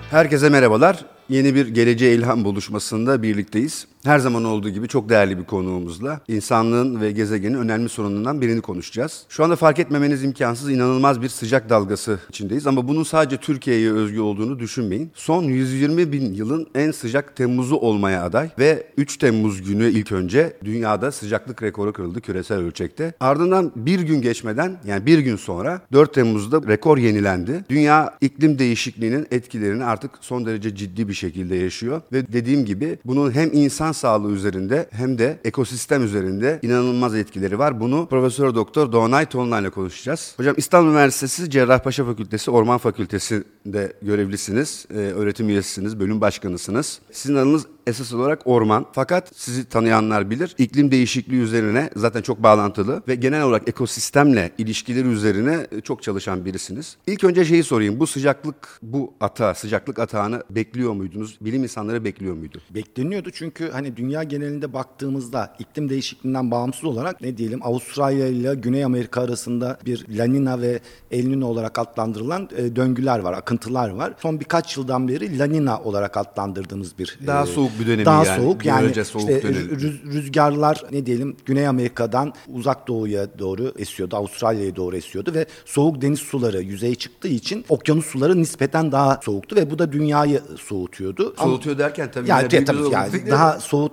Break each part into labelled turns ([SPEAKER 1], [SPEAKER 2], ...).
[SPEAKER 1] Herkese merhabalar. Yeni bir Geleceğe İlham buluşmasında birlikteyiz. Her zaman olduğu gibi çok değerli bir konuğumuzla insanlığın ve gezegenin önemli sorunundan birini konuşacağız. Şu anda fark etmemeniz imkansız, inanılmaz bir sıcak dalgası içindeyiz ama bunun sadece Türkiye'ye özgü olduğunu düşünmeyin. Son 120 bin yılın en sıcak Temmuz'u olmaya aday ve 3 Temmuz günü ilk önce dünyada sıcaklık rekoru kırıldı küresel ölçekte. Ardından bir gün geçmeden, yani bir gün sonra 4 Temmuz'da rekor yenilendi. Dünya iklim değişikliğinin etkilerini artık son derece ciddi bir şekilde yaşıyor ve dediğim gibi bunun hem insan sağlığı üzerinde hem de ekosistem üzerinde inanılmaz etkileri var. Bunu Profesör Doktor Doğanay Tolunay ile konuşacağız. Hocam, İstanbul Üniversitesi Cerrahpaşa Fakültesi Orman Fakültesi'nde görevlisiniz, öğretim üyesisiniz, bölüm başkanısınız. Sizin alanınız esas olarak orman. Fakat sizi tanıyanlar bilir, iklim değişikliği üzerine zaten çok bağlantılı ve genel olarak ekosistemle ilişkileri üzerine çok çalışan birisiniz. İlk önce şeyi sorayım, bu sıcaklık atağını bekliyor muydunuz? Bilim insanları bekliyor muydu?
[SPEAKER 2] Bekleniyordu çünkü dünya genelinde baktığımızda iklim değişikliğinden bağımsız olarak Avustralya ile Güney Amerika arasında bir La Nina ve El Niño olarak adlandırılan döngüler var, akıntılar var. Son birkaç yıldan beri La Nina olarak adlandırdığımız bir
[SPEAKER 1] daha soğuk bir dönemi
[SPEAKER 2] daha
[SPEAKER 1] yani.
[SPEAKER 2] soğuk yani
[SPEAKER 1] soğuk
[SPEAKER 2] rüzgarlar Güney Amerika'dan uzak doğuya doğru esiyordu, Avustralya'ya doğru esiyordu ve soğuk deniz suları yüzeye çıktığı için okyanus suları nispeten daha soğuktu ve bu da dünyayı soğutuyordu.
[SPEAKER 1] Soğutuyor derken tabii
[SPEAKER 2] daha soğuk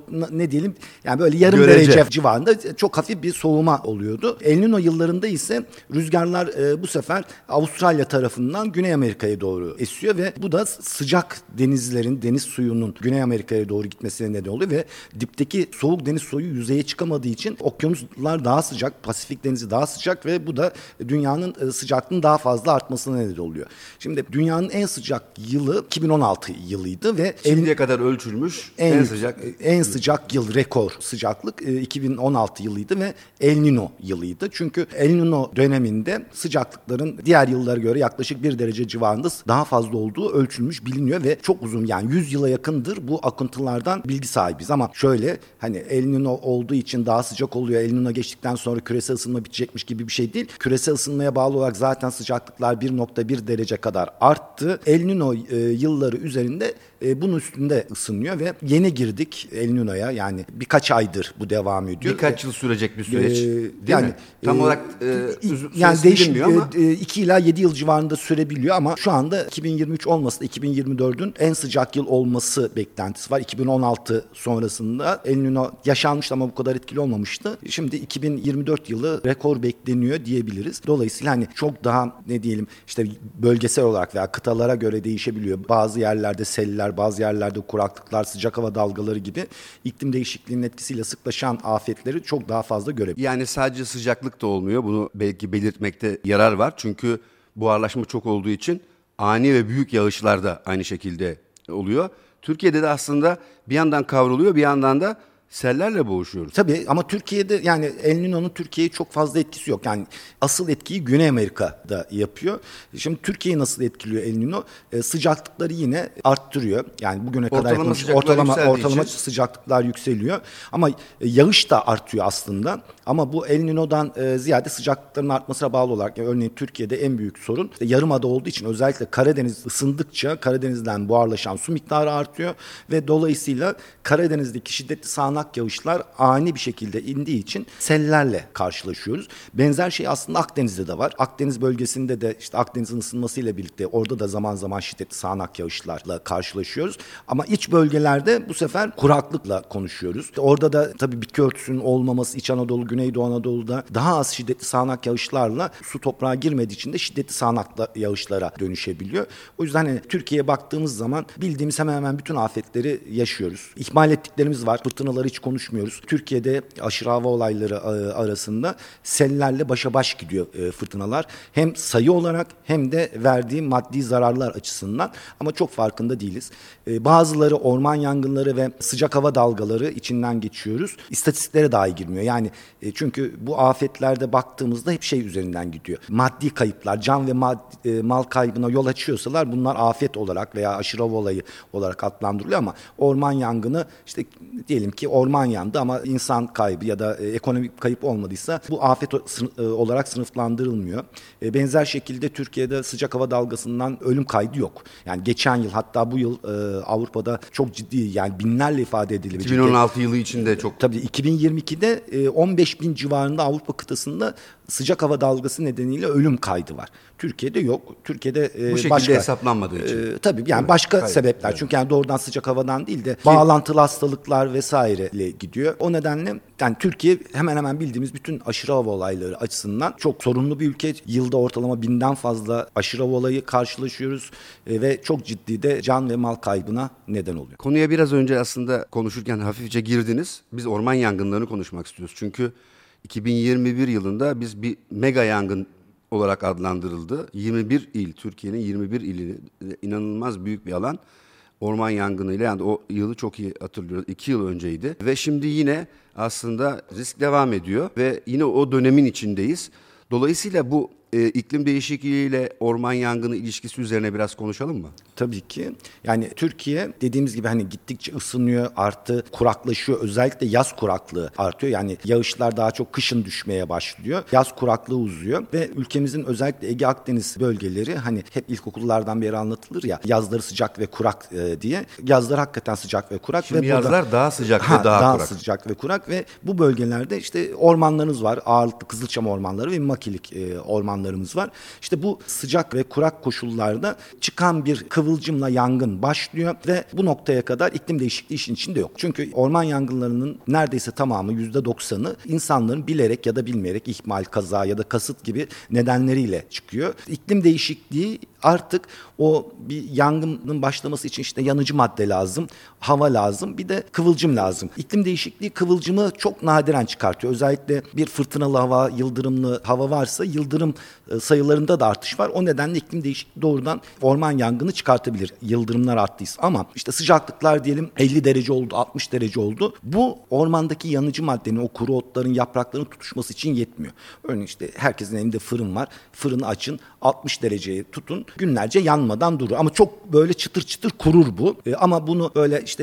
[SPEAKER 2] böyle yarım derece civarında çok hafif bir soğuma oluyordu. El Niño yıllarında ise rüzgarlar bu sefer Avustralya tarafından Güney Amerika'ya doğru esiyor ve bu da sıcak deniz suyunun Güney Amerika'ya doğru gitmesine neden oluyor ve dipteki soğuk deniz suyu yüzeye çıkamadığı için okyanuslar daha sıcak, Pasifik denizi daha sıcak ve bu da dünyanın sıcaklığının daha fazla artmasına neden oluyor. Şimdi dünyanın en sıcak yılı 2016 yılıydı ve
[SPEAKER 1] şimdiye kadar ölçülmüş
[SPEAKER 2] en sıcak yıl, rekor sıcaklık 2016 yılıydı ve El Niño yılıydı. Çünkü El Niño döneminde sıcaklıkların diğer yıllara göre yaklaşık 1 derece civarında daha fazla olduğu ölçülmüş, biliniyor ve çok uzun, yani 100 yıla yakındır bu akıntılardan bilgi sahibiz. Ama şöyle, El Niño olduğu için daha sıcak oluyor, El Niño geçtikten sonra küresel ısınma bitecekmiş gibi bir şey değil. Küresel ısınmaya bağlı olarak zaten sıcaklıklar 1,1 derece kadar arttı. El Niño yılları üzerinde bunun üstünde ısınıyor ve yeni girdik El Niño'ya, yani birkaç aydır bu devam ediyor.
[SPEAKER 1] Birkaç yıl sürecek bir süreç değil mi? Tam olarak
[SPEAKER 2] değişmiyor ama 2 ila 7 yıl civarında sürebiliyor ama şu anda 2023 olmasa da 2024'ün en sıcak yıl olması beklentisi var. 2016 sonrasında El Niño yaşanmıştı ama bu kadar etkili olmamıştı. Şimdi 2024 yılı rekor bekleniyor diyebiliriz. Dolayısıyla çok daha bölgesel olarak veya kıtalara göre değişebiliyor. Bazı yerlerde seller, bazı yerlerde kuraklıklar, sıcak hava dalgaları gibi iklim değişikliğinin etkisiyle sıklaşan afetleri çok daha fazla görebiliyoruz.
[SPEAKER 1] Yani sadece sıcaklık da olmuyor. Bunu belki belirtmekte yarar var. Çünkü buharlaşma çok olduğu için ani ve büyük yağışlar da aynı şekilde oluyor. Türkiye'de de aslında bir yandan kavruluyor, bir yandan da sellerle boğuşuyoruz.
[SPEAKER 2] Tabii ama Türkiye'de El Niño'nun Türkiye'ye çok fazla etkisi yok. Yani asıl etkiyi Güney Amerika'da yapıyor. Şimdi Türkiye'yi nasıl etkiliyor El Niño? Sıcaklıkları yine arttırıyor. Yani bugüne kadar ortalama sıcaklıklar yükseliyor. Ama yağış da artıyor aslında. Ama bu El Niño'dan ziyade sıcaklıkların artmasına bağlı olarak, örneğin Türkiye'de en büyük sorun yarımada olduğu için özellikle Karadeniz ısındıkça Karadeniz'den buharlaşan su miktarı artıyor ve dolayısıyla Karadeniz'deki şiddetli sağanak yağışlar ani bir şekilde indiği için sellerle karşılaşıyoruz. Benzer şey aslında Akdeniz'de de var. Akdeniz bölgesinde de Akdeniz'in ısınmasıyla birlikte orada da zaman zaman şiddetli sağanak yağışlarla karşılaşıyoruz. Ama iç bölgelerde bu sefer kuraklıkla konuşuyoruz. Orada da tabii bitki örtüsünün olmaması, İç Anadolu, Güneydoğu Anadolu'da daha az şiddetli sağanak yağışlarla su toprağa girmediği için de şiddetli sağanak yağışlara dönüşebiliyor. O yüzden Türkiye'ye baktığımız zaman bildiğimiz hemen hemen bütün afetleri yaşıyoruz. İhmal ettiklerimiz var. Fırtınaları hiç konuşmuyoruz. Türkiye'de aşırı hava olayları arasında sellerle başa baş gidiyor fırtınalar. Hem sayı olarak hem de verdiği maddi zararlar açısından, ama çok farkında değiliz. Bazıları orman yangınları ve sıcak hava dalgaları içinden geçiyoruz. İstatistiklere dahi girmiyor. Yani çünkü bu afetlerde baktığımızda hep üzerinden gidiyor. Maddi kayıplar, can ve mal kaybına yol açıyorsalar bunlar afet olarak veya aşırı hava olayı olarak adlandırılıyor ama orman yangını diyelim ki orman yandı ama insan kaybı ya da ekonomik kayıp olmadıysa bu afet olarak sınıflandırılmıyor. Benzer şekilde Türkiye'de sıcak hava dalgasından ölüm kaydı yok. Yani geçen yıl, hatta bu yıl Avrupa'da çok ciddi, yani binlerle ifade edilebilecek.
[SPEAKER 1] 2016 yılı içinde çok.
[SPEAKER 2] Tabii 2022'de 15 bin civarında Avrupa kıtasında sıcak hava dalgası nedeniyle ölüm kaydı var. Türkiye'de yok. Türkiye'de
[SPEAKER 1] Bu şekilde
[SPEAKER 2] başka
[SPEAKER 1] hesaplanmadığı için.
[SPEAKER 2] tabii yani
[SPEAKER 1] Evet,
[SPEAKER 2] başka
[SPEAKER 1] hayır,
[SPEAKER 2] sebepler.
[SPEAKER 1] evet.
[SPEAKER 2] Çünkü yani doğrudan sıcak havadan değil de bağlantılı hastalıklar vesaireyle gidiyor. O nedenle yani Türkiye hemen hemen bildiğimiz bütün aşırı hava olayları açısından çok sorunlu bir ülke. Yılda ortalama 1000'den fazla aşırı hava olayı karşılaşıyoruz ve çok ciddi de can ve mal kaybına neden oluyor.
[SPEAKER 1] Konuya biraz önce aslında konuşurken hafifçe girdiniz. Biz orman yangınlarını konuşmak istiyoruz. Çünkü 2021 yılında biz bir mega yangın olarak adlandırıldı. 21 il, Türkiye'nin 21 ili, inanılmaz büyük bir alan orman yangınıyla, yani o yılı çok iyi hatırlıyoruz. 2 yıl önceydi ve şimdi yine aslında risk devam ediyor ve yine o dönemin içindeyiz. Dolayısıyla bu iklim değişikliğiyle orman yangını ilişkisi üzerine biraz konuşalım mı?
[SPEAKER 2] Tabii ki. Yani Türkiye dediğimiz gibi hani gittikçe ısınıyor, artı kuraklaşıyor. Özellikle yaz kuraklığı artıyor. Yani yağışlar daha çok kışın düşmeye başlıyor. Yaz kuraklığı uzuyor ve ülkemizin özellikle Ege Akdeniz bölgeleri, hani hep ilkokullardan beri anlatılır ya, yazları sıcak ve kurak diye. Yazlar hakikaten sıcak ve kurak.
[SPEAKER 1] Şimdi
[SPEAKER 2] ve
[SPEAKER 1] yazlar daha sıcak ve daha kurak.
[SPEAKER 2] sıcak ve kurak ve bu bölgelerde işte ormanlarımız var. Ağırlıklı Kızılçam ormanları ve makilik ormanlarımız var. İşte bu sıcak ve kurak koşullarda çıkan bir kıvılcımla yangın başlıyor ve bu noktaya kadar iklim değişikliği işin içinde yok. Çünkü orman yangınlarının neredeyse tamamı, %90'ı insanların bilerek ya da bilmeyerek, ihmal, kaza ya da kasıt gibi nedenleriyle çıkıyor. İklim değişikliği artık o bir yangının başlaması için işte yanıcı madde lazım, hava lazım, bir de kıvılcım lazım. İklim değişikliği kıvılcımı çok nadiren çıkartıyor. Özellikle bir fırtınalı hava, yıldırımlı hava varsa yıldırım sayılarında da artış var. O nedenle iklim değişikliği doğrudan orman yangını çıkartabilir. Yıldırımlar arttıysa. Ama işte sıcaklıklar diyelim 50 derece oldu, 60 derece oldu. Bu ormandaki yanıcı maddenin, o kuru otların, yaprakların tutuşması için yetmiyor. Örneğin işte herkesin elinde fırın var. Fırını açın, 60 dereceye tutun. Günlerce yanmadan durur. Ama çok böyle çıtır çıtır kurur bu. Ama bunu böyle işte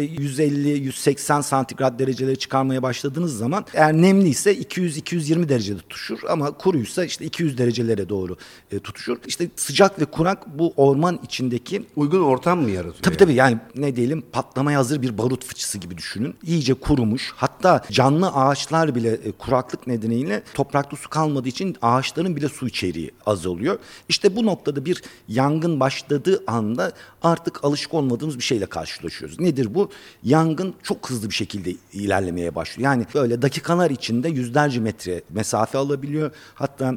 [SPEAKER 2] 150-180 santigrat derecelere çıkarmaya başladığınız zaman, eğer nemliyse 200-220 derecede tutuşur ama kuruysa işte 200 derecelere doğru tutuşur. İşte sıcak ve kurak bu orman içindeki
[SPEAKER 1] Uygun ortam mı yaratıyor?
[SPEAKER 2] Tabii yani ne diyelim, patlamaya hazır bir barut fıçısı gibi düşünün. İyice kurumuş. Hatta canlı ağaçlar bile kuraklık nedeniyle toprakta su kalmadığı için ağaçların bile su içeriği azalıyor. İşte bu noktada bir yangın başladığı anda artık alışık olmadığımız bir şeyle karşılaşıyoruz. Nedir bu? Yangın çok hızlı bir şekilde ilerlemeye başlıyor. Yani böyle dakikalar içinde yüzlerce metre mesafe alabiliyor. Hatta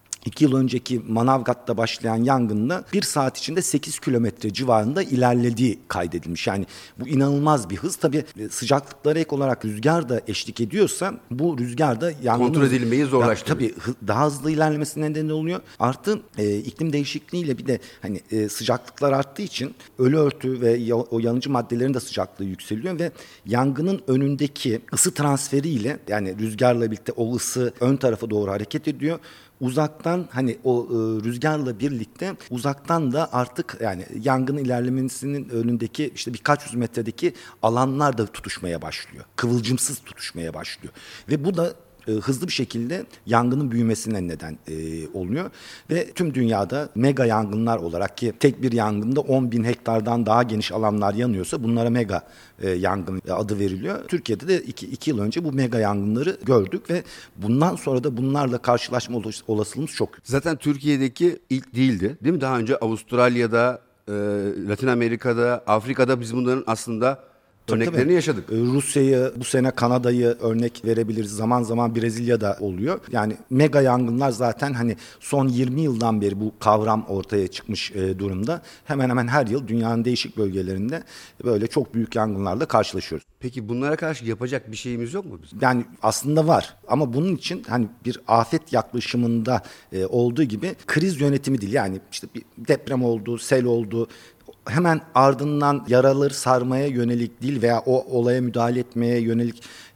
[SPEAKER 2] 2 yıl önceki Manavgat'ta başlayan yangında 1 saat içinde 8 kilometre civarında ilerlediği kaydedilmiş. Yani bu inanılmaz bir hız. Tabii sıcaklıklara ek olarak rüzgar da eşlik ediyorsa bu rüzgar da yangını
[SPEAKER 1] kontrol edilmeyi zorlaştırıyor.
[SPEAKER 2] Tabii daha hızlı ilerlemesine neden oluyor. Artı iklim değişikliğiyle bir de hani sıcaklıklar arttığı için ölü örtü ve o yanıcı maddelerin de sıcaklığı yükseliyor ve yangının önündeki ısı transferiyle, yani rüzgarla birlikte o ısı ön tarafa doğru hareket ediyor. Uzaktan hani o rüzgarla birlikte uzaktan da artık yani yangın ilerlemesinin önündeki işte birkaç yüz metredeki alanlar da tutuşmaya başlıyor. Kıvılcımsız tutuşmaya başlıyor. Ve bu da hızlı bir şekilde yangının büyümesine neden oluyor. Ve tüm dünyada mega yangınlar olarak, ki tek bir yangında 10.000 hektardan daha geniş alanlar yanıyorsa bunlara mega yangın adı veriliyor. Türkiye'de de 2 yıl önce bu mega yangınları gördük ve bundan sonra da bunlarla karşılaşma olasılığımız çok.
[SPEAKER 1] Zaten Türkiye'deki ilk değildi, değil mi? Daha önce Avustralya'da, Latin Amerika'da, Afrika'da biz bunların aslında örneklerini yaşadık.
[SPEAKER 2] Rusya'yı, bu sene Kanada'yı örnek verebiliriz. Zaman zaman Brezilya'da oluyor. Yani mega yangınlar zaten hani son 20 yıldan beri bu kavram ortaya çıkmış durumda. Hemen hemen her yıl dünyanın değişik bölgelerinde böyle çok büyük yangınlarla karşılaşıyoruz.
[SPEAKER 1] Peki bunlara karşı yapacak bir şeyimiz yok mu bizim?
[SPEAKER 2] Yani aslında var ama bunun için hani bir afet yaklaşımında olduğu gibi kriz yönetimi değil. Yani işte bir deprem oldu, sel oldu, hemen ardından yaraları sarmaya yönelik değil veya o olaya müdahale etmeye yönelik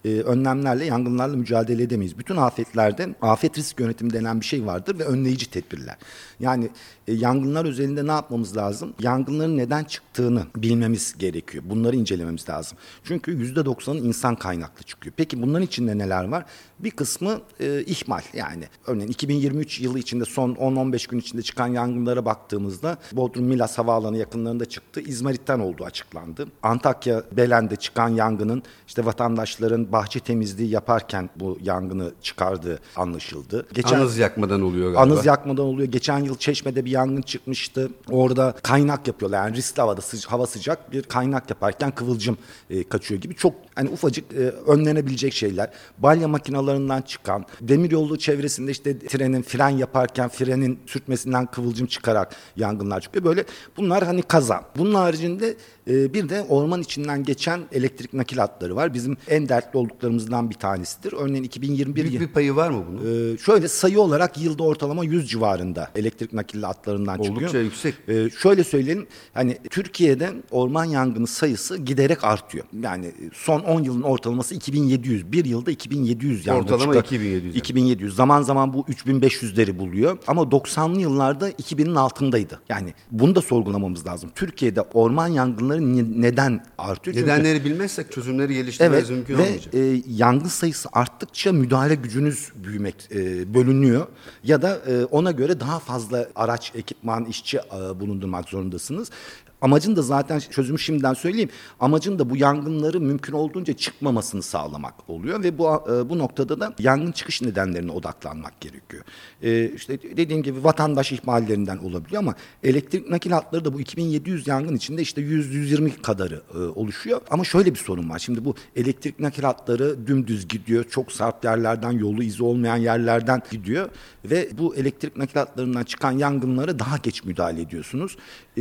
[SPEAKER 2] önlemlerle yangınlarla mücadele edemeyiz. Bütün afetlerde afet risk yönetimi denen bir şey vardır ve önleyici tedbirler. Yani yangınlar özelinde ne yapmamız lazım? Yangınların neden çıktığını bilmemiz gerekiyor. Bunları incelememiz lazım. Çünkü %90'ı insan kaynaklı çıkıyor. Peki bunların içinde neler var? Bir kısmı ihmal. Yani örneğin 2023 yılı içinde son 10-15 gün içinde çıkan yangınlara baktığımızda Bodrum Milas Havaalanı yakınlarında çıktı. İzmarit'ten olduğu açıklandı. Antakya Belen'de çıkan yangının işte vatandaşların bahçe temizliği yaparken bu yangını çıkardığı anlaşıldı.
[SPEAKER 1] Anız yakmadan oluyor galiba.
[SPEAKER 2] Anız yakmadan oluyor. Geçen yıl Çeşme'de bir yangın çıkmıştı. Orada kaynak yapıyorlar. Yani riskli havada hava sıcak bir kaynak yaparken kıvılcım kaçıyor gibi. Çok hani ufacık önlenebilecek şeyler. Balya makinalarından çıkan, demiryolu çevresinde işte trenin fren yaparken frenin sürtmesinden kıvılcım çıkarak yangınlar çıkıyor. Böyle bunlar hani kaza. Bunun haricinde bir de orman içinden geçen elektrik nakil hatları var. Bizim en dertli olduklarımızdan bir tanesidir. Örneğin 2021
[SPEAKER 1] Büyük bir payı var mı bunun?
[SPEAKER 2] Şöyle sayı olarak yılda ortalama 100 civarında elektrik nakil hatlarından çıkıyor.
[SPEAKER 1] Oldukça yüksek.
[SPEAKER 2] Şöyle söyleyelim, hani Türkiye'de orman yangını sayısı giderek artıyor. Yani son 10 yılın ortalaması 2700. Bir yılda 2700 yangın
[SPEAKER 1] Ortalama
[SPEAKER 2] çıkıyor.
[SPEAKER 1] 2700.
[SPEAKER 2] 2700. Zaman zaman bu 3500'leri buluyor. Ama 90'lı yıllarda 2000'in altındaydı. Yani bunu da sorgulamamız lazım. Türkiye'de orman yangınları neden artıyor?
[SPEAKER 1] Nedenleri bilmezsek çözümleri geliştirmemiz
[SPEAKER 2] Evet,
[SPEAKER 1] mümkün
[SPEAKER 2] ve
[SPEAKER 1] olmayacak.
[SPEAKER 2] yangın sayısı arttıkça müdahale gücünüz bölünüyor ya da ona göre daha fazla araç, ekipman, işçi bulundurmak zorundasınız. Amacın da zaten çözümü şimdiden söyleyeyim. Amacın da bu yangınları mümkün olduğunca çıkmamasını sağlamak oluyor ve bu noktada da yangın çıkış nedenlerine odaklanmak gerekiyor. İşte dediğim gibi vatandaş ihmallerinden olabiliyor ama elektrik nakil hatları da bu 2700 yangın içinde işte 100-120 kadarı oluşuyor. Ama şöyle bir sorun var. Şimdi bu elektrik nakil hatları dümdüz gidiyor. Çok sarp yerlerden, yolu izi olmayan yerlerden gidiyor ve bu elektrik nakil hatlarından çıkan yangınlara daha geç müdahale ediyorsunuz.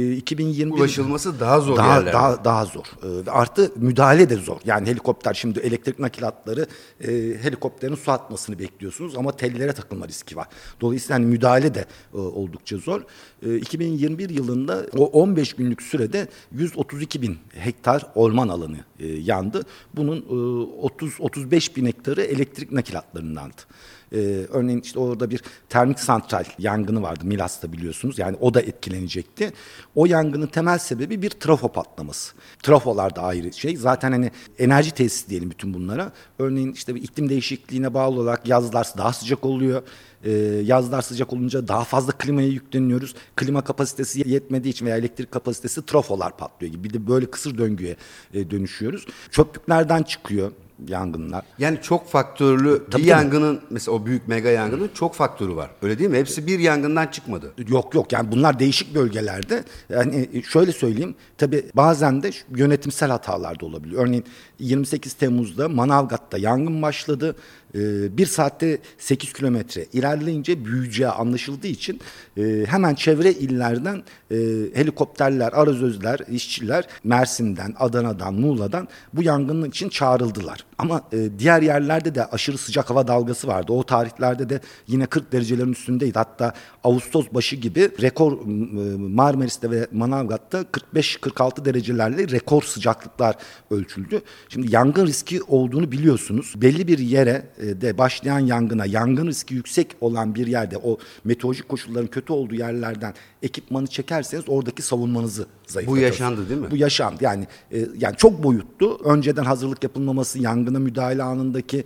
[SPEAKER 2] 2021
[SPEAKER 1] Ulaşılması daha zor yerler.
[SPEAKER 2] daha zor. Artı müdahale de zor. Yani helikopter, şimdi elektrik nakil hatları helikopterin su atmasını bekliyorsunuz ama tellere takılma riski var. Dolayısıyla hani müdahale de oldukça zor. 2021 yılında o 15 günlük sürede 132 bin hektar orman alanı yandı. Bunun 30-35 bin hektarı elektrik nakil hatlarındandı. Örneğin işte orada bir termik santral yangını vardı Milas'ta, biliyorsunuz. Yani o da etkilenecekti. O yangının temel sebebi bir trafo patlaması. Trafolar da ayrı şey. Zaten hani enerji tesisi diyelim bütün bunlara. Örneğin işte bir iklim değişikliğine bağlı olarak yazlar daha sıcak oluyor. Yazlar sıcak olunca daha fazla klimaya yükleniyoruz. Klima kapasitesi yetmediği için veya elektrik kapasitesi, trafolar patlıyor gibi. Bir de böyle kısır döngüye dönüşüyoruz. Çöplüklerden çıkıyor yangınlar.
[SPEAKER 1] Yani çok faktörlü
[SPEAKER 2] Tabii,
[SPEAKER 1] bir
[SPEAKER 2] tabii.
[SPEAKER 1] yangının, mesela o büyük mega yangının çok faktörü var. Öyle değil mi? Hepsi bir yangından çıkmadı.
[SPEAKER 2] Yok yani bunlar değişik bölgelerde. Yani şöyle söyleyeyim, tabii bazen de yönetimsel hatalar da olabiliyor. Örneğin 28 Temmuz'da Manavgat'ta yangın başladı. Bir saatte 8 kilometre ilerleyince büyüyeceği anlaşıldığı için hemen çevre illerden helikopterler, arazözler, işçiler Mersin'den, Adana'dan, Muğla'dan bu yangının için çağrıldılar. Ama diğer yerlerde de aşırı sıcak hava dalgası vardı. O tarihlerde de yine 40 derecelerin üstündeydi. Hatta Ağustos başı gibi rekor Marmaris'te ve Manavgat'ta 45-46 derecelerle rekor sıcaklıklar ölçüldü. Şimdi yangın riski olduğunu biliyorsunuz. Belli bir yere de başlayan yangına, yangın riski yüksek olan bir yerde, o meteorolojik koşulların kötü olduğu yerlerden ekipmanı çekerseniz oradaki savunmanızı zayıflatır.
[SPEAKER 1] Bu yaşandı değil mi?
[SPEAKER 2] Bu yaşandı. Yani çok boyutlu. Önceden hazırlık yapılmaması, yangına müdahale anındaki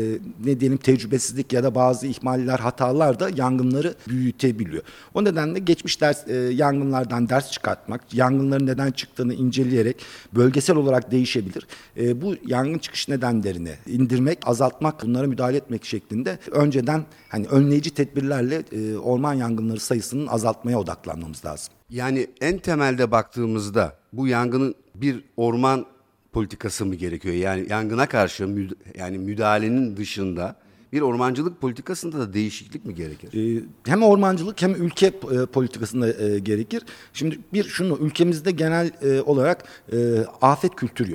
[SPEAKER 2] ne diyelim tecrübesizlik ya da bazı ihmaller, hatalar da yangınları büyütebiliyor. O nedenle geçmiş yangınlardan ders çıkartmak, yangınların neden çıktığını inceleyerek bölgesel olarak değişebilir. Bu yangın çıkış nedenlerini indirmek, azaltmak, bunlara müdahale etmek şeklinde önceden hani önleyici tedbirlerle orman yangınları sayısının azaltmaya odaklanmamız lazım.
[SPEAKER 1] Yani en temelde baktığımızda bu yangının bir orman politikası mı gerekiyor? Yani yangına karşı yani müdahalenin dışında bir ormancılık politikasında da değişiklik mi gerekir?
[SPEAKER 2] Hem ormancılık hem ülke politikasında gerekir. Şimdi ülkemizde genel olarak afet kültürü yok.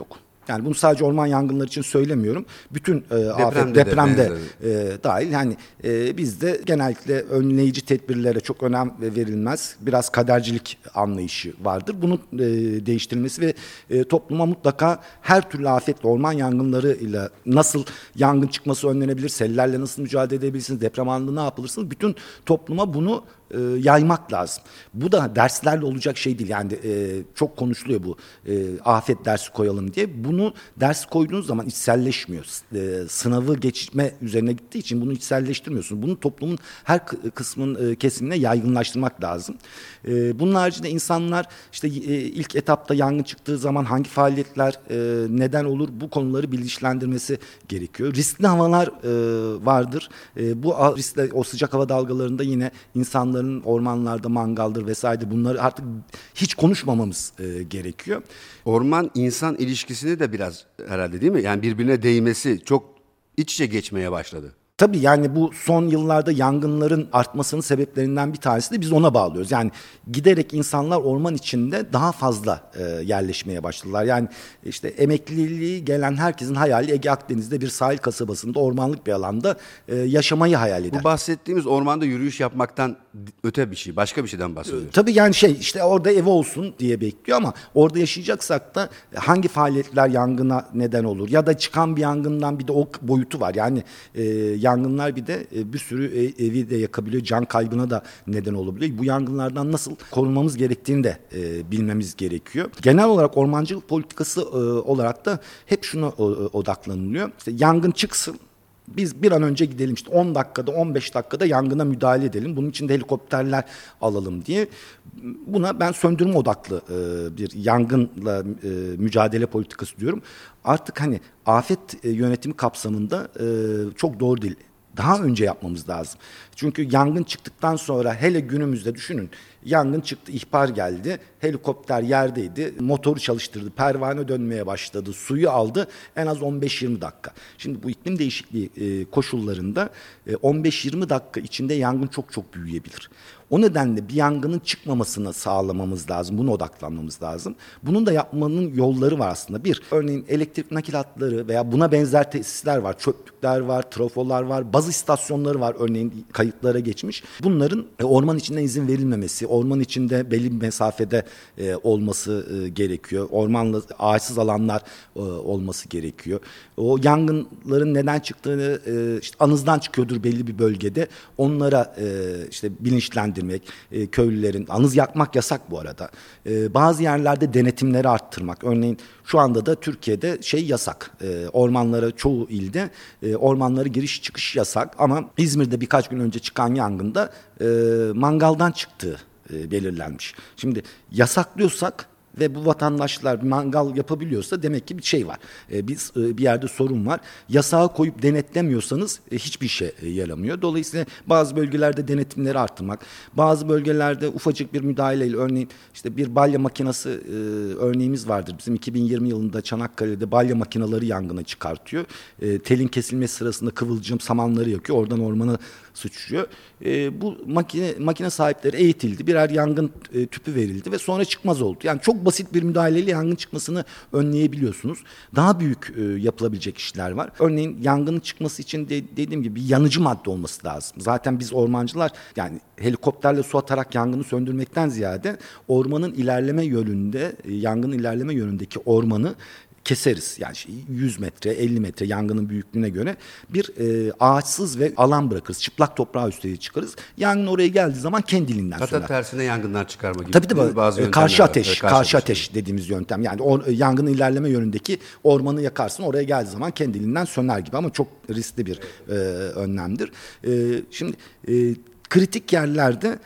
[SPEAKER 2] Yani bunu sadece orman yangınları için söylemiyorum. Bütün depremde dahil. Yani bizde genellikle önleyici tedbirlere çok önem verilmez. Biraz kadercilik anlayışı vardır. Bunun değiştirilmesi ve topluma mutlaka her türlü afetle, orman yangınlarıyla nasıl yangın çıkması önlenebilir, sellerle nasıl mücadele edebilirsiniz, deprem anında ne yapılırsınız? Bütün topluma bunu yaymak lazım. Bu da derslerle olacak şey değil. Yani çok konuşuluyor bu afet dersi koyalım diye. Bunu ders koyduğunuz zaman içselleşmiyor. Sınavı geçme üzerine gittiği için bunu içselleştirmiyorsunuz. Bunu toplumun her kesimine yaygınlaştırmak lazım. Bunun haricinde insanlar işte ilk etapta yangın çıktığı zaman hangi faaliyetler neden olur, bu konuları bilinçlendirmesi gerekiyor. Riskli havalar vardır. Bu riskli, o sıcak hava dalgalarında yine insanların ormanlarda mangaldır vesaire, bunları artık hiç konuşmamamız gerekiyor.
[SPEAKER 1] Orman insan ilişkisini de biraz herhalde, değil mi? Yani birbirine değmesi çok iç içe geçmeye başladı.
[SPEAKER 2] Tabii yani bu son yıllarda yangınların artmasının sebeplerinden bir tanesi de biz ona bağlıyoruz. Yani giderek insanlar orman içinde daha fazla yerleşmeye başladılar. Yani işte emekliliği gelen herkesin hayali Ege Akdeniz'de bir sahil kasabasında ormanlık bir alanda yaşamayı hayal eder.
[SPEAKER 1] Bu bahsettiğimiz ormanda yürüyüş yapmaktan öte bir şey, başka bir şeyden bahsediyoruz.
[SPEAKER 2] Tabii yani işte orada evi olsun diye bekliyor ama orada yaşayacaksak da hangi faaliyetler yangına neden olur? Ya da çıkan bir yangından bir de o boyutu var. Yani yangınlar bir de bir sürü evi de yakabiliyor, can kaybına da neden olabiliyor. Bu yangınlardan nasıl korunmamız gerektiğini de bilmemiz gerekiyor. Genel olarak ormancılık politikası olarak da hep şuna odaklanılıyor. İşte yangın çıksın, biz bir an önce gidelim, işte 10 dakikada 15 dakikada yangına müdahale edelim. Bunun için de helikopterler alalım diye. Buna ben söndürme odaklı bir yangınla mücadele politikası diyorum. Artık hani afet yönetimi kapsamında çok doğru değil. Daha önce yapmamız lazım. Çünkü yangın çıktıktan sonra, hele günümüzde düşünün. Yangın çıktı, ihbar geldi. Helikopter yerdeydi. Motoru çalıştırdı. Pervane dönmeye başladı. Suyu aldı. En az 15-20 dakika. Şimdi bu iklim değişikliği koşullarında 15-20 dakika içinde yangın çok çok büyüyebilir. O nedenle bir yangının çıkmamasını sağlamamız lazım. Buna odaklanmamız lazım. Bunun da yapmanın yolları var aslında. Bir, örneğin elektrik nakil hatları veya buna benzer tesisler var. Çöplükler var, trafolar var, baz istasyonları var, örneğin kayıtlara geçmiş. Bunların orman içinden izin verilmemesi, orman içinde belli bir mesafede olması gerekiyor. Ormanla ağaçsız alanlar olması gerekiyor. O yangınların neden çıktığını işte anızdan çıkıyordur belli bir bölgede. Onlara işte bilinçlendirmek, köylülerin, anız yakmak yasak bu arada. Bazı yerlerde denetimleri arttırmak. Örneğin şu anda da Türkiye'de yasak. Ormanlara, çoğu ilde ormanlara giriş çıkış yasak, ama İzmir'de birkaç gün önce çıkan yangında mangaldan çıktığı belirlenmiş. Şimdi yasaklıyorsak ve bu vatandaşlar mangal yapabiliyorsa demek ki bir şey var. Bir yerde sorun var. Yasağı koyup denetlemiyorsanız hiçbir şey yaramıyor. Dolayısıyla bazı bölgelerde denetimleri arttırmak, bazı bölgelerde ufacık bir müdahaleyle, örneğin işte bir balya makinesi örneğimiz vardır. Bizim 2020 yılında Çanakkale'de balya makineleri yangına çıkartıyor. Telin kesilmesi sırasında kıvılcım samanları yakıyor. Oradan ormana sıçrıyor. Bu makine sahipleri eğitildi. Birer yangın tüpü verildi ve sonra çıkmaz oldu. Yani çok basit bir müdahaleyle yangın çıkmasını önleyebiliyorsunuz. Daha büyük yapılabilecek işler var. Örneğin yangının çıkması için dediğim gibi bir yanıcı madde olması lazım. Zaten biz ormancılar yani helikopterle su atarak yangını söndürmekten ziyade ormanın ilerleme yönünde, yangının ilerleme yönündeki ormanı keseriz. Yani 100 metre, 50 metre yangının büyüklüğüne göre bir ağaçsız ve alan bırakırız. Çıplak toprağa üstelik çıkarız. Yangın oraya geldiği zaman kendiliğinden söner.
[SPEAKER 1] Hatta tersine yangınlar çıkarma gibi.
[SPEAKER 2] Tabii
[SPEAKER 1] bazı
[SPEAKER 2] karşı
[SPEAKER 1] ateş.
[SPEAKER 2] ateş dediğimiz yöntem. Yani yangının ilerleme yönündeki ormanı yakarsın, oraya geldiği zaman kendiliğinden söner gibi, ama çok riskli bir önlemdir. Şimdi kritik yerlerde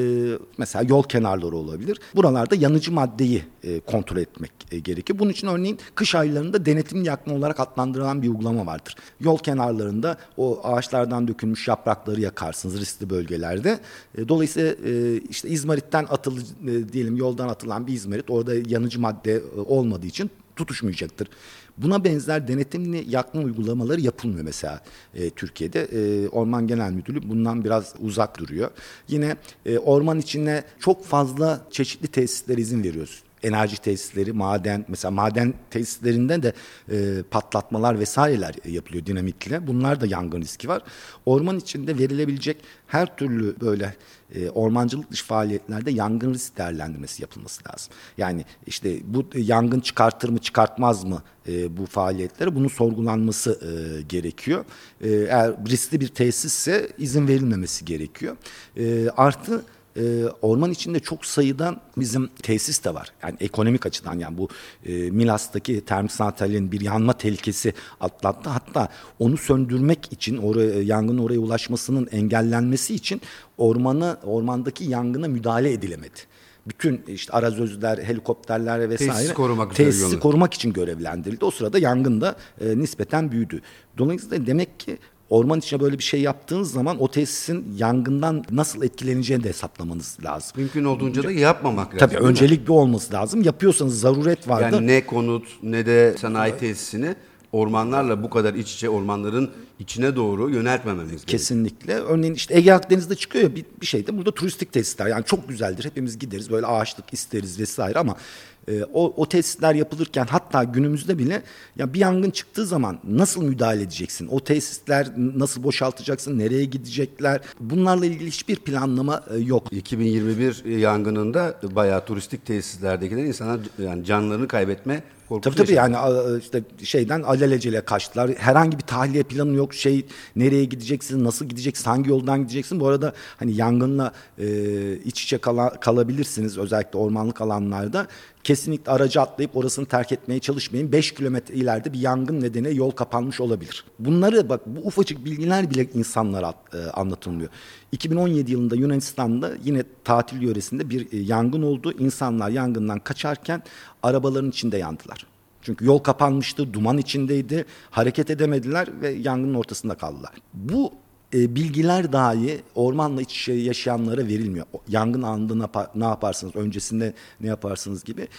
[SPEAKER 2] mesela yol kenarları olabilir. Buralarda yanıcı maddeyi kontrol etmek gerekiyor. Bunun için örneğin kış aylarında denetim yakma olarak adlandırılan bir uygulama vardır. Yol kenarlarında o ağaçlardan dökülmüş yaprakları yakarsınız riskli bölgelerde. Dolayısıyla işte izmaritten diyelim yoldan atılan bir izmarit orada yanıcı madde olmadığı için tutuşmayacaktır. Buna benzer denetimli yakma uygulamaları yapılmıyor mesela Türkiye'de. Orman Genel Müdürlüğü bundan biraz uzak duruyor. Yine orman içine çok fazla çeşitli tesislere izin veriyoruz. enerji tesisleri, maden, mesela maden tesislerinde de patlatmalar vesaireler yapılıyor dinamitle. Bunlar da yangın riski var. Orman içinde verilebilecek her türlü böyle ormancılık dışı faaliyetlerde yangın risk değerlendirmesi yapılması lazım. Yani işte bu yangın çıkartır mı çıkartmaz mı bu faaliyetlere, bunun sorgulanması gerekiyor. Eğer riskli bir tesisse izin verilmemesi gerekiyor. Artı orman içinde çok sayıda bizim tesis de var. Yani ekonomik açıdan, yani bu Milas'taki termik santralin bir yanma tehlikesi atlattı. Hatta onu söndürmek için, yangının oraya ulaşmasının engellenmesi için ormandaki yangına müdahale edilemedi. Bütün işte arazözler, helikopterler vesaire tesisi korumak için görevlendirildi. O sırada yangın da nispeten büyüdü. Dolayısıyla demek ki orman içine böyle bir şey yaptığınız zaman o tesisin yangından nasıl etkileneceğini de hesaplamanız lazım.
[SPEAKER 1] Mümkün olduğunca da yapmamak lazım.
[SPEAKER 2] Tabii öncelik bir olması lazım. Yapıyorsanız zaruret vardır.
[SPEAKER 1] Yani ne konut ne de sanayi tesisini ormanlarla bu kadar iç içe, ormanların içine doğru yöneltmememiz gerekiyor.
[SPEAKER 2] Kesinlikle. Örneğin işte Ege Akdeniz'de çıkıyor ya bir şey de, burada turistik tesisler. Yani çok güzeldir. Hepimiz gideriz, böyle ağaçlık isteriz vesaire, ama o tesisler yapılırken, hatta günümüzde bile, ya bir yangın çıktığı zaman nasıl müdahale edeceksin? O tesisler nasıl boşaltacaksın? Nereye gidecekler? Bunlarla ilgili hiçbir planlama yok.
[SPEAKER 1] 2021 yangınında bayağı turistik tesislerdekiler insanlar yani canlarını kaybetme korkusu
[SPEAKER 2] Tabii yani işte şeyden alelacele kaçtılar. Herhangi bir tahliye planı yok. Nereye gideceksin, nasıl gideceksin, hangi yoldan gideceksin? Bu arada hani yangınla iç içe kalabilirsiniz, özellikle ormanlık alanlarda. Kesinlikle aracı atlayıp orasını terk etmeye çalışmayın. 5 kilometre ileride bir yangın nedeniyle yol kapanmış olabilir. Bunları bak, bu ufacık bilgiler bile insanlara anlatılmıyor. 2017 yılında Yunanistan'da yine tatil yöresinde bir yangın oldu. İnsanlar yangından kaçarken arabaların içinde yandılar. Çünkü yol kapanmıştı, duman içindeydi, hareket edemediler ve yangının ortasında kaldılar. Bu bilgiler dahi ormanla iç içe yaşayanlara verilmiyor. Yangın anında ne yaparsınız, öncesinde ne yaparsınız gibi.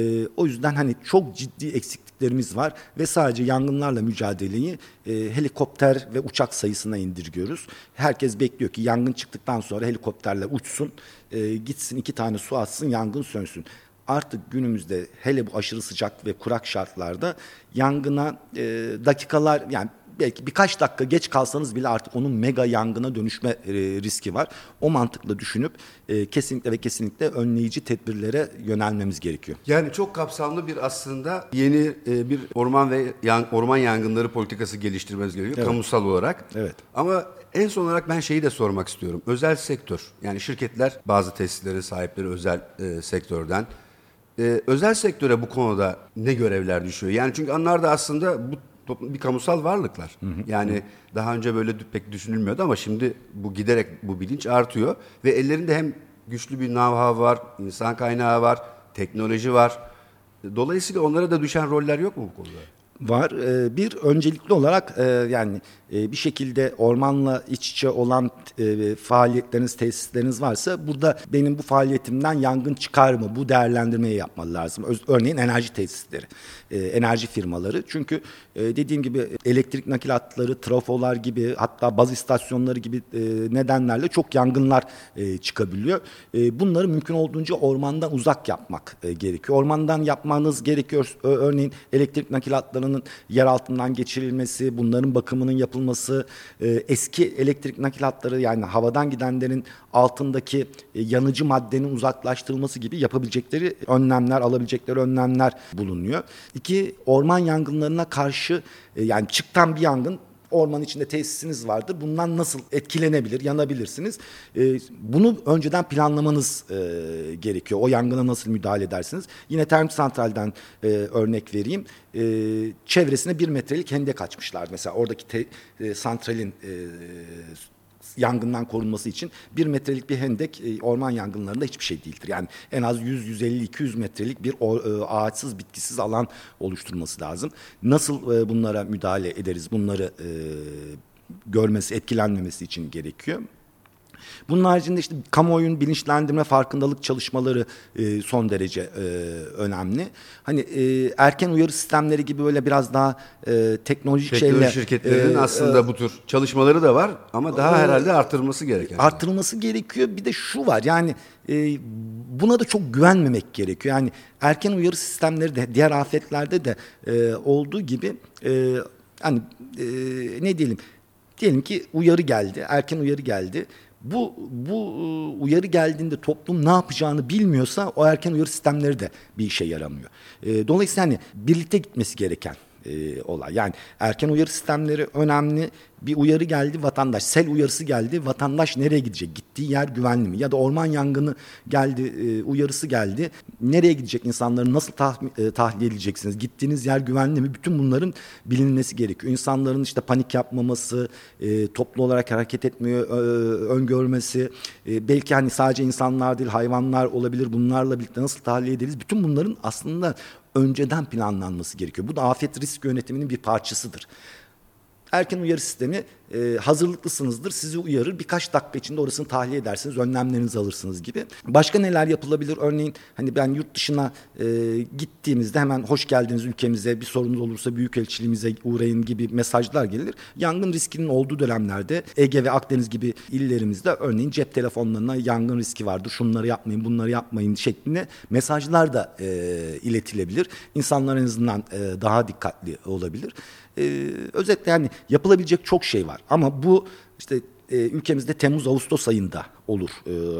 [SPEAKER 2] O yüzden hani çok ciddi eksikliklerimiz var ve sadece yangınlarla mücadeleyi helikopter ve uçak sayısına indirgiyoruz. Herkes bekliyor ki yangın çıktıktan sonra helikopterle uçsun, gitsin 2 tane su atsın, yangın sönsün. Artık günümüzde hele bu aşırı sıcak ve kurak şartlarda yangına dakikalar, yani belki birkaç dakika geç kalsanız bile artık onun mega yangına dönüşme riski var. O mantıkla düşünüp kesinlikle ve kesinlikle önleyici tedbirlere yönelmemiz gerekiyor.
[SPEAKER 1] Yani çok kapsamlı bir, aslında yeni bir orman ve orman yangınları politikası geliştirmemiz gerekiyor, evet, kamusal olarak.
[SPEAKER 2] Evet.
[SPEAKER 1] Ama en son olarak ben şeyi de sormak istiyorum. Özel sektör, yani şirketler, bazı tesislerin sahipleri özel sektörden. Özel sektöre bu konuda ne görevler düşüyor? Yani çünkü onlar da aslında bu bir kamusal varlıklar. Yani daha önce böyle pek düşünülmüyordu ama şimdi bu giderek bu bilinç artıyor ve ellerinde hem güçlü bir know-how var, insan kaynağı var, teknoloji var. Dolayısıyla onlara da düşen roller yok mu bu konuda?
[SPEAKER 2] Var. Bir öncelikli olarak yani bir şekilde ormanla iç içe olan faaliyetleriniz, tesisleriniz varsa, burada benim bu faaliyetimden yangın çıkar mı? Bu değerlendirmeyi yapmalı lazım. Örneğin enerji tesisleri, enerji firmaları. Çünkü dediğim gibi elektrik nakilatları, trafolar gibi, hatta baz istasyonları gibi nedenlerle çok yangınlar çıkabiliyor. Bunları mümkün olduğunca ormandan uzak yapmak gerekiyor. Ormandan yapmanız gerekiyor. Örneğin elektrik nakilatlarının yer altından geçirilmesi, bunların bakımının yapılması, eski elektrik nakilatları, yani havadan gidenlerin altındaki yanıcı maddenin uzaklaştırılması gibi yapabilecekleri önlemler, alabilecekleri önlemler bulunuyor. 2, orman yangınlarına karşı, yani çıkan bir yangın, orman içinde tesisiniz vardır. Bundan nasıl etkilenebilir, yanabilirsiniz? Bunu önceden planlamanız gerekiyor. O yangına nasıl müdahale edersiniz? Yine termik santralden örnek vereyim. Çevresine 1 metrelik hendek açmışlar. Mesela oradaki santralin yangından korunması için 1 metrelik bir hendek orman yangınlarında hiçbir şey değildir. Yani en az 100, 150, 200 metrelik bir ağaçsız, bitkisiz alan oluşturması lazım. Nasıl bunlara müdahale ederiz? Bunları görmesi, etkilenmemesi için gerekiyor. Bunun haricinde işte kamuoyunun bilinçlendirme, farkındalık çalışmaları son derece önemli. Hani erken uyarı sistemleri gibi böyle biraz daha teknolojik
[SPEAKER 1] Teknoloji şirketlerinin aslında bu tür çalışmaları da var ama daha herhalde artırılması gereken.
[SPEAKER 2] Artırılması gerekiyor. Bir de şu var, yani buna da çok güvenmemek gerekiyor. Yani erken uyarı sistemleri de diğer afetlerde de olduğu gibi hani ne diyelim, diyelim ki uyarı geldi, erken uyarı geldi. Bu uyarı geldiğinde toplum ne yapacağını bilmiyorsa o erken uyarı sistemleri de bir işe yaramıyor. Dolayısıyla hani birlikte gitmesi gereken olay. Yani erken uyarı sistemleri önemli. Bir uyarı geldi, vatandaş, sel uyarısı geldi, vatandaş nereye gidecek? Gittiği yer güvenli mi? Ya da orman yangını geldi, uyarısı geldi. Nereye gidecek? İnsanları nasıl tahliye edeceksiniz? Gittiğiniz yer güvenli mi? Bütün bunların bilinmesi gerekiyor. İnsanların işte panik yapmaması, toplu olarak hareket etmeyi öngörmesi, belki hani sadece insanlar değil, hayvanlar olabilir. Bunlarla birlikte nasıl tahliye ederiz? Bütün bunların aslında önceden planlanması gerekiyor. Bu da afet risk yönetiminin bir parçasıdır. Erken uyarı sistemi hazırlıklısınızdır, sizi uyarır. Birkaç dakika içinde orasını tahliye edersiniz, önlemlerinizi alırsınız gibi. Başka neler yapılabilir? Örneğin hani ben yurt dışına gittiğimizde hemen hoş geldiniz ülkemize, bir sorunuz olursa büyükelçiliğimize uğrayın gibi mesajlar gelir. Yangın riskinin olduğu dönemlerde Ege ve Akdeniz gibi illerimizde örneğin cep telefonlarına yangın riski vardır, şunları yapmayın, bunları yapmayın şeklinde mesajlar da iletilebilir. İnsanlar en azından daha dikkatli olabilir. Özetle yani yapılabilecek çok şey var ama bu işte ülkemizde Temmuz-Ağustos ayında olur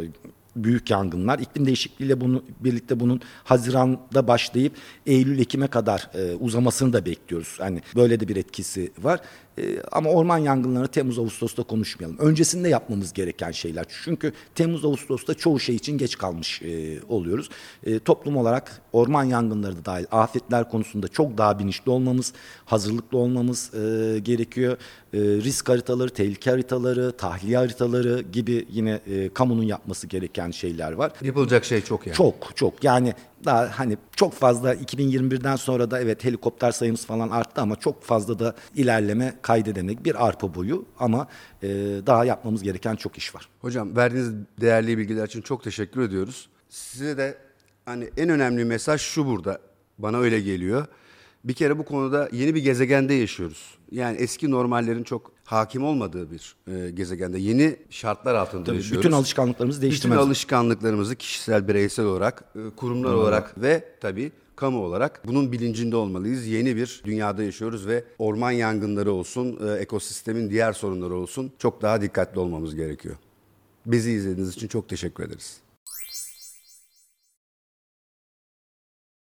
[SPEAKER 2] büyük yangınlar. İklim değişikliğiyle birlikte bunun Haziran'da başlayıp Eylül-Ekim'e kadar uzamasını da bekliyoruz. Yani böyle de bir etkisi var. Ama orman yangınlarını Temmuz-Ağustos'ta konuşmayalım. Öncesinde yapmamız gereken şeyler. Çünkü Temmuz-Ağustos'ta çoğu şey için geç kalmış oluyoruz. Toplum olarak orman yangınları da dahil afetler konusunda çok daha bilinçli olmamız, hazırlıklı olmamız gerekiyor. Risk haritaları, tehlike haritaları, tahliye haritaları gibi yine kamunun yapması gereken şeyler var.
[SPEAKER 1] Yapılacak şey çok yani.
[SPEAKER 2] Çok yani daha hani çok fazla 2021'den sonra da evet helikopter sayımız falan arttı ama çok fazla da ilerleme kaydedemedik. Bir arpa boyu ama daha yapmamız gereken çok iş var.
[SPEAKER 1] Hocam verdiğiniz değerli bilgiler için çok teşekkür ediyoruz. Size de hani en önemli mesaj şu burada. Bana öyle geliyor. Bir kere bu konuda yeni bir gezegende yaşıyoruz. Yani eski normallerin çok hakim olmadığı bir gezegende yeni şartlar altında yaşıyoruz.
[SPEAKER 2] Bütün alışkanlıklarımızı değiştirmemiz.
[SPEAKER 1] Bütün alışkanlıklarımızı kişisel, bireysel olarak, kurumlar olarak ve tabii kamu olarak bunun bilincinde olmalıyız. Yeni bir dünyada yaşıyoruz ve orman yangınları olsun, ekosistemin diğer sorunları olsun çok daha dikkatli olmamız gerekiyor. Bizi izlediğiniz için çok teşekkür ederiz.